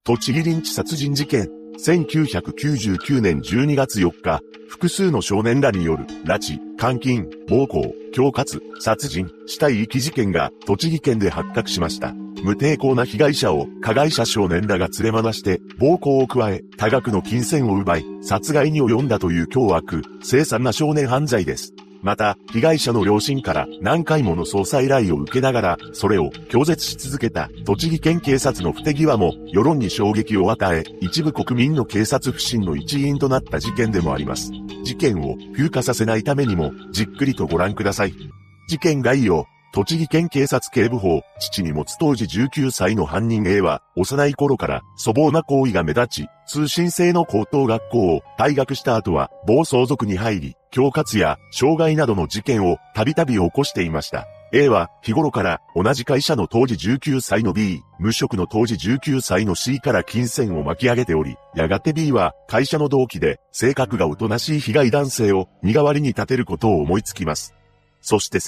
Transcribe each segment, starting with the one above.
栃木リンチ殺人事件。1999年12月4日、複数の少年らによる拉致、監禁、暴行、恐喝、殺人、死体遺棄事件が栃木県で発覚しました。無抵抗な被害者を加害者少年らが連れ回して暴行を加え多額の金銭を奪い殺害に及んだという凶悪、凄惨な少年犯罪です。また、被害者の両親から何回もの捜査依頼を受けながら、それを拒絶し続けた栃木県警察の不手際も世論に衝撃を与え、一部国民の警察不信の一因となった事件でもあります。事件を風化させないためにも、じっくりとご覧ください。事件概要。栃木県警察警部補、父に持つ当時19歳の犯人 A は、幼い頃から粗暴な行為が目立ち、通信制の高等学校を退学した後は、暴走族に入り、恐喝や傷害などの事件をたびたび起こしていました。A は日頃から同じ会社の当時19歳の B、無職の当時19歳の C から金銭を巻き上げており、やがて B は会社の同期で性格がおとなしい被害男性を身代わりに立てることを思いつきます。そして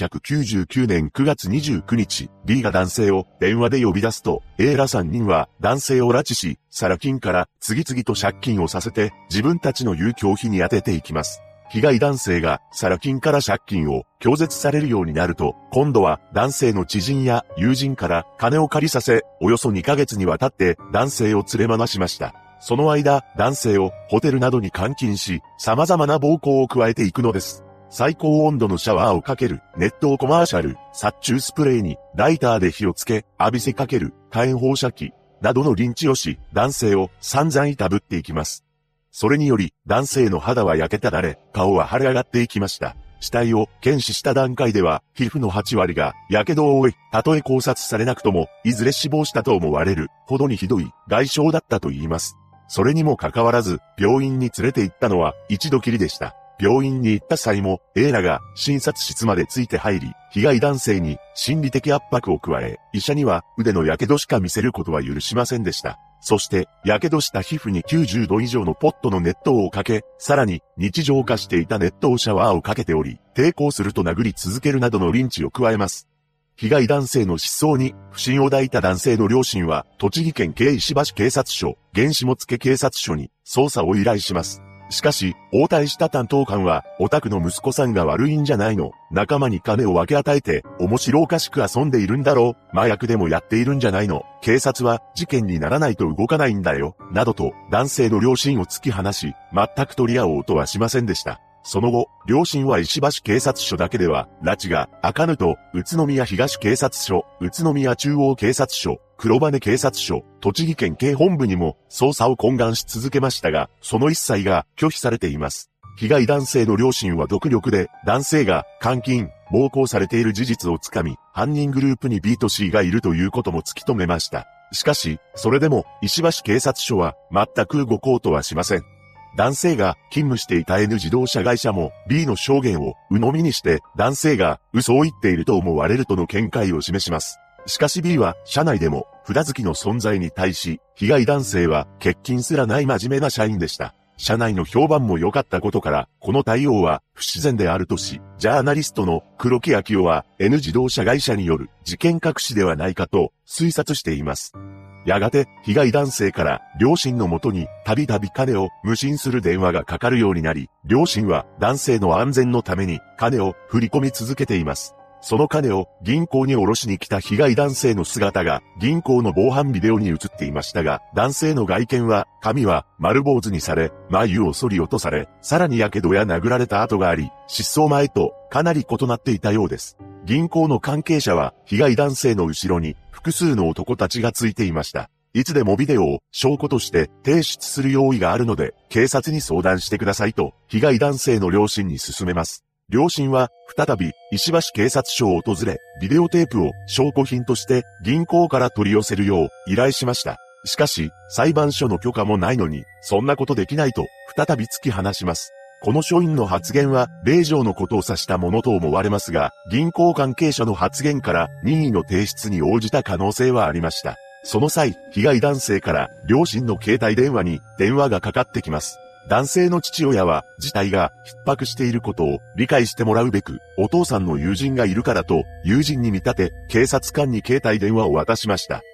1999年9月29日、B が男性を電話で呼び出すと、A ら3人は男性を拉致し、サラ金から次々と借金をさせて自分たちの遊興費に充てていきます。被害男性がサラ金から借金を拒絶されるようになると、今度は男性の知人や友人から金を借りさせ、およそ2ヶ月にわたって男性を連れ回しました。その間、男性をホテルなどに監禁し、様々な暴行を加えていくのです。最高温度のシャワーをかける、熱湯コマーシャル、殺虫スプレーに、ライターで火をつけ、浴びせかける、火炎放射器、などのリンチをし、男性を散々いたぶっていきます。それにより、男性の肌は焼けただれ、顔は腫れ上がっていきました。死体を検視した段階では、皮膚の8割が、火傷を負い、たとえ考察されなくとも、いずれ死亡したと思われる、ほどにひどい、外傷だったと言います。それにもかかわらず、病院に連れて行ったのは、一度きりでした。病院に行った際も、A らが診察室までついて入り、被害男性に心理的圧迫を加え、医者には腕の火傷しか見せることは許しませんでした。そして、火傷した皮膚に90度以上のポットの熱湯をかけ、さらに日常化していた熱湯シャワーをかけており、抵抗すると殴り続けるなどのリンチを加えます。被害男性の失踪に不審を抱いた男性の両親は、栃木県警石橋警察署、現下野警察署に捜査を依頼します。しかし、応対した担当官は、お宅の息子さんが悪いんじゃないの。仲間に金を分け与えて、面白おかしく遊んでいるんだろう。麻薬でもやっているんじゃないの。警察は、事件にならないと動かないんだよ。などと、男性の両親を突き放し、全く取り合おうとはしませんでした。その後、両親は石橋警察署だけでは、拉致が開かぬと、宇都宮東警察署、宇都宮中央警察署、黒羽警察署、栃木県警本部にも捜査を懇願し続けましたが、その一切が拒否されています。被害男性の両親は独力で、男性が監禁、暴行されている事実をつかみ、犯人グループに B と C がいるということも突き止めました。しかし、それでも、石橋警察署は全く動こうとはしません。男性が勤務していた N 自動車会社も B の証言を鵜呑みにして男性が嘘を言っていると思われるとの見解を示します。しかし B は社内でも札付きの存在に対し被害男性は欠勤すらない真面目な社員でした。社内の評判も良かったことからこの対応は不自然であるとし、ジャーナリストの黒木昭夫は N 自動車会社による事件隠しではないかと推察しています。やがて、被害男性から両親のもとにたびたび金を無心する電話がかかるようになり、両親は男性の安全のために金を振り込み続けています。その金を銀行に下ろしに来た被害男性の姿が銀行の防犯ビデオに映っていましたが、男性の外見は髪は丸坊主にされ、眉を剃り落とされ、さらに火傷や殴られた跡があり、失踪前とかなり異なっていたようです。銀行の関係者は被害男性の後ろに複数の男たちがついていました。いつでもビデオを証拠として提出する用意があるので警察に相談してくださいと被害男性の両親に勧めます。両親は再び石橋警察署を訪れビデオテープを証拠品として銀行から取り寄せるよう依頼しました。しかし裁判所の許可もないのにそんなことできないと再び突き放します。この署員の発言は令状のことを指したものと思われますが、銀行関係者の発言から任意の提出に応じた可能性はありました。その際、被害男性から両親の携帯電話に電話がかかってきます。男性の父親は事態が逼迫していることを理解してもらうべく、お父さんの友人がいるからと友人に見立て、警察官に携帯電話を渡しました。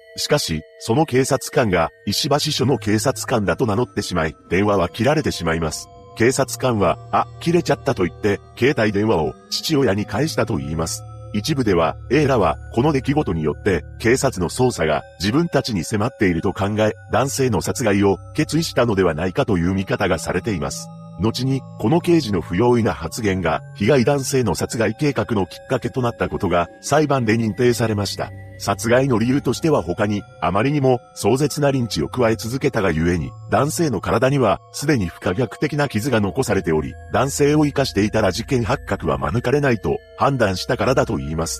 しかし、その警察官が石橋署の警察官だと名乗ってしまい、電話は切られてしまいます。警察官は、切れちゃったと言って、携帯電話を父親に返したと言います。一部では、A らは、この出来事によって、警察の捜査が自分たちに迫っていると考え、男性の殺害を決意したのではないかという見方がされています。後に、この刑事の不用意な発言が、被害男性の殺害計画のきっかけとなったことが、裁判で認定されました。殺害の理由としては他に、あまりにも壮絶なリンチを加え続けたがゆえに、男性の体には、すでに不可逆的な傷が残されており、男性を生かしていたら事件発覚は免れないと判断したからだと言います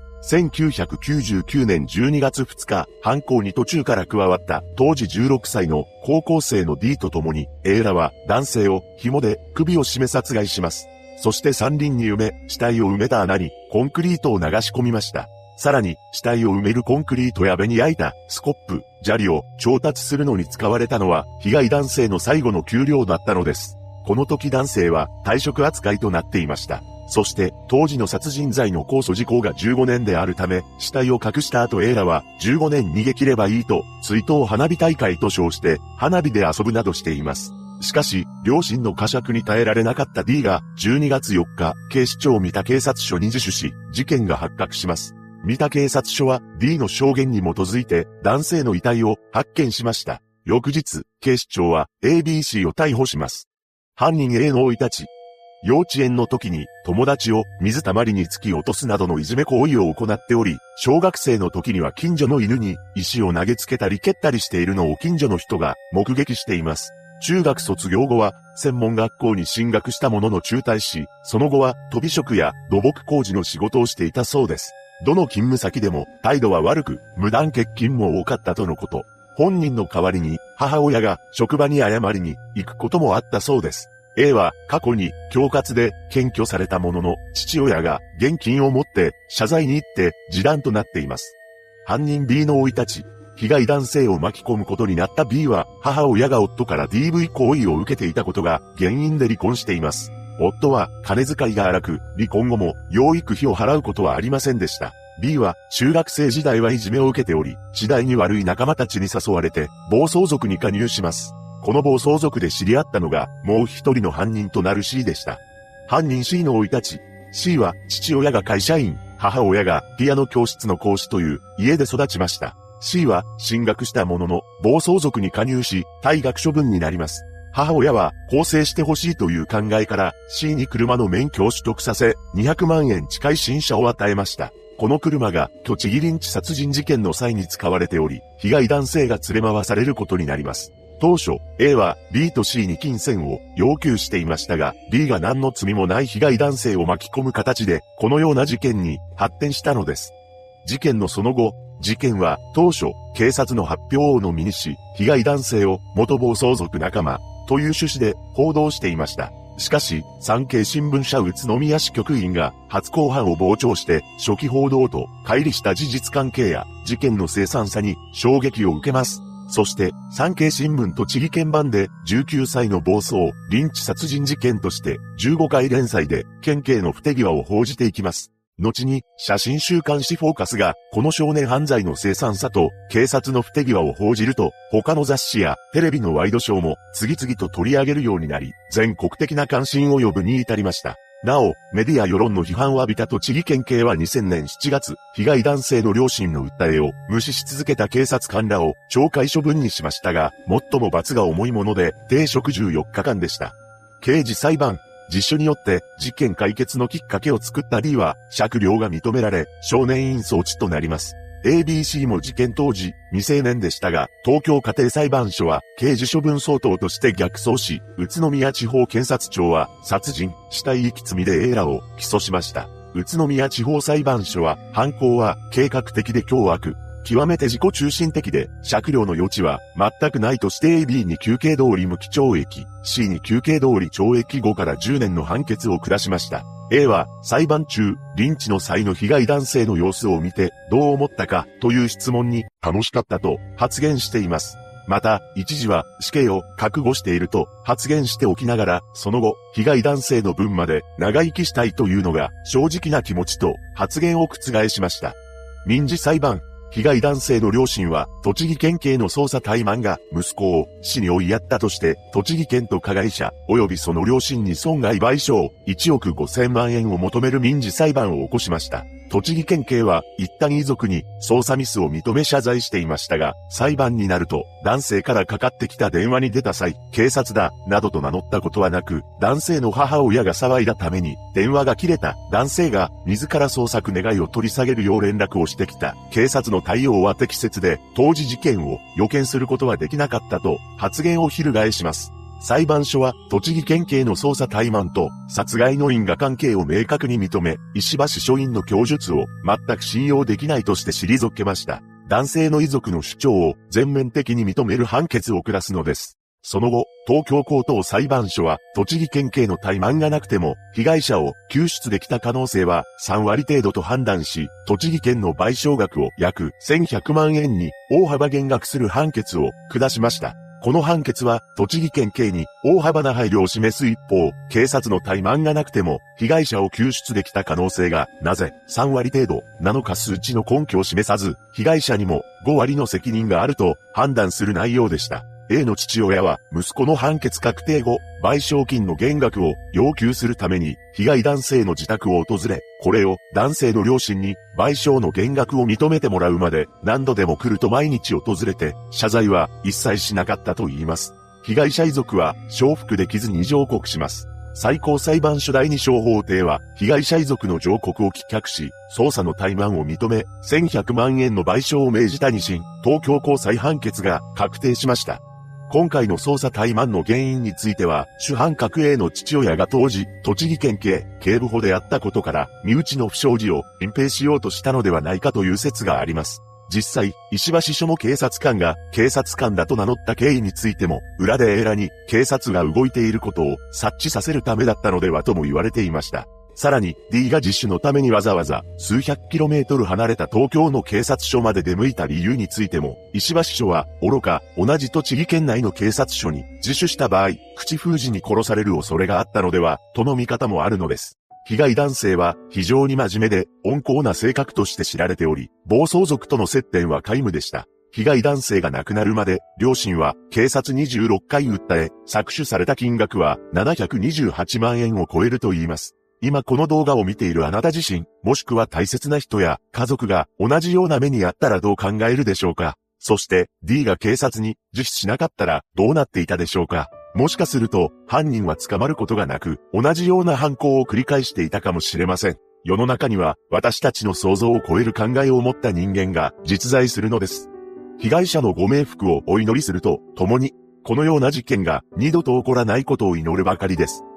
。1999年12月2日、犯行に途中から加わった当時16歳の高校生の D と共に A らは男性を紐で首を絞め殺害します。そして山林に埋め、死体を埋めた穴にコンクリートを流し込みました。さらに死体を埋めるコンクリートやベに焼いたスコップ、砂利を調達するのに使われたのは被害男性の最後の給料だったのです。この時男性は退職扱いとなっていました。そして、当時の殺人罪の控訴時効が15年であるため、死体を隠した後 A らは15年逃げ切ればいいと、追悼花火大会と称して、花火で遊ぶなどしています。しかし、両親の呵責に耐えられなかった D が、12月4日、警視庁三田警察署に自首し、事件が発覚します。三田警察署は D の証言に基づいて、男性の遺体を発見しました。翌日、警視庁は ABC を逮捕します。犯人 A の生い立ち。幼稚園の時に友達を水たまりに突き落とすなどのいじめ行為を行っており、小学生の時には近所の犬に石を投げつけたり蹴ったりしているのを近所の人が目撃しています。中学卒業後は専門学校に進学したものの中退し、その後はとび職や土木工事の仕事をしていたそうです。どの勤務先でも態度は悪く、無断欠勤も多かったとのこと。本人の代わりに母親が職場に謝りに行くこともあったそうです。A は過去に恐喝で検挙されたものの父親が現金を持って謝罪に行って示談となっています。犯人 B の生い立ち。被害男性を巻き込むことになった B は母親が夫から DV 行為を受けていたことが原因で離婚しています。夫は金遣いが荒く離婚後も養育費を払うことはありませんでした。B は中学生時代はいじめを受けており、次第に悪い仲間たちに誘われて暴走族に加入します。この暴走族で知り合ったのがもう一人の犯人となる C でした。犯人 C の生い立ち。C は父親が会社員、母親がピアノ教室の講師という家で育ちました。C は進学したものの暴走族に加入し退学処分になります。母親は更生してほしいという考えから C に車の免許を取得させ200万円近い新車を与えました。この車が栃木リンチ殺人事件の際に使われており、被害男性が連れ回されることになります。当初、A は B と C に金銭を要求していましたが、B が何の罪もない被害男性を巻き込む形で、このような事件に発展したのです。事件のその後、事件は当初、警察の発表を飲みにし、被害男性を元暴走族仲間という趣旨で報道していました。しかし、産経新聞社宇都宮支局員が初公判を傍聴して初期報道と乖離した事実関係や事件の凄惨さに衝撃を受けます。そして、産経新聞栃木県版で19歳の暴走、リンチ殺人事件として15回連載で県警の不手際を報じていきます。後に、写真週刊誌フォーカスがこの少年犯罪の凄惨さと警察の不手際を報じると、他の雑誌やテレビのワイドショーも次々と取り上げるようになり、全国的な関心を呼ぶに至りました。なお、メディア世論の批判を浴びた栃木県警は2000年7月、被害男性の両親の訴えを無視し続けた警察官らを懲戒処分にしましたが、最も罰が重いもので停職14日間でした。刑事裁判。自首によって事件解決のきっかけを作った D は酌量が認められ少年院送致となります。ABC も事件当時未成年でしたが、東京家庭裁判所は刑事処分相当として逆送し、宇都宮地方検察庁は殺人、死体遺棄罪で A らを起訴しました。宇都宮地方裁判所は犯行は計画的で凶悪、極めて自己中心的で酌量の余地は全くないとして AB に求刑通り無期懲役、C に求刑通り懲役5から10年の判決を下しました。A は裁判中、リンチの際の被害男性の様子を見てどう思ったかという質問に楽しかったと発言しています。また、一時は死刑を覚悟していると発言しておきながら、その後、被害男性の分まで長生きしたいというのが正直な気持ちと発言を覆しました。民事裁判。 被害男性の両親は、栃木県警の捜査隊マンが息子を死に追いやったとして、栃木県と加害者、及びその両親に損害賠償1億5000万円を求める民事裁判を起こしました。栃木県警は一旦遺族に捜査ミスを認め謝罪していましたが、裁判になると男性からかかってきた電話に出た際、警察だ、などと名乗ったことはなく、男性の母親が騒いだために電話が切れた男性が自ら捜索願いを取り下げるよう連絡をしてきた。警察の対応は適切で、当時事件を予見することはできなかったと発言を翻します。裁判所は栃木県警の捜査隊マンと殺害の因果関係を明確に認め、石橋署員の供述を全く信用できないとして退けました。男性の遺族の主張を全面的に認める判決を下すのです。その後、東京高等裁判所は栃木県警の怠慢がなくても被害者を救出できた可能性は3割程度と判断し、栃木県の賠償額を約1100万円に大幅減額する判決を下しました。この判決は、栃木県警に大幅な配慮を示す一方、警察の怠慢がなくても、被害者を救出できた可能性が、なぜ3割程度なのか数値の根拠を示さず、被害者にも5割の責任があると判断する内容でした。A の父親は、息子の判決確定後、賠償金の減額を要求するために、被害男性の自宅を訪れ、これを男性の両親に賠償の減額を認めてもらうまで何度でも来ると毎日訪れて、謝罪は一切しなかったと言います。被害者遺族は承服できずに上告します。最高裁判所第二小法廷は、被害者遺族の上告を棄却し、捜査の怠慢を認め、1100万円の賠償を命じた2審、東京高裁判決が確定しました。今回の捜査怠慢の原因については、主犯格 A の父親が当時、栃木県警警部補であったことから、身内の不祥事を隠蔽しようとしたのではないかという説があります。実際、石橋署の警察官が警察官だと名乗った経緯についても、裏でエラに警察が動いていることを察知させるためだったのではとも言われていました。さらに D が自首のためにわざわざ数百キロメートル離れた東京の警察署まで出向いた理由についても、石橋署は愚か、同じ栃木県内の警察署に自首した場合、口封じに殺される恐れがあったのでは、との見方もあるのです。被害男性は非常に真面目で温厚な性格として知られており、暴走族との接点は皆無でした。被害男性が亡くなるまで、両親は警察26回訴え、搾取された金額は728万円を超えると言います。今この動画を見ているあなた自身、もしくは大切な人や家族が同じような目にあったらどう考えるでしょうか。そして D が警察に自首しなかったらどうなっていたでしょうか。もしかすると犯人は捕まることがなく、同じような犯行を繰り返していたかもしれません。世の中には私たちの想像を超える考えを持った人間が実在するのです。被害者のご冥福をお祈りするとともに、このような事件が二度と起こらないことを祈るばかりです。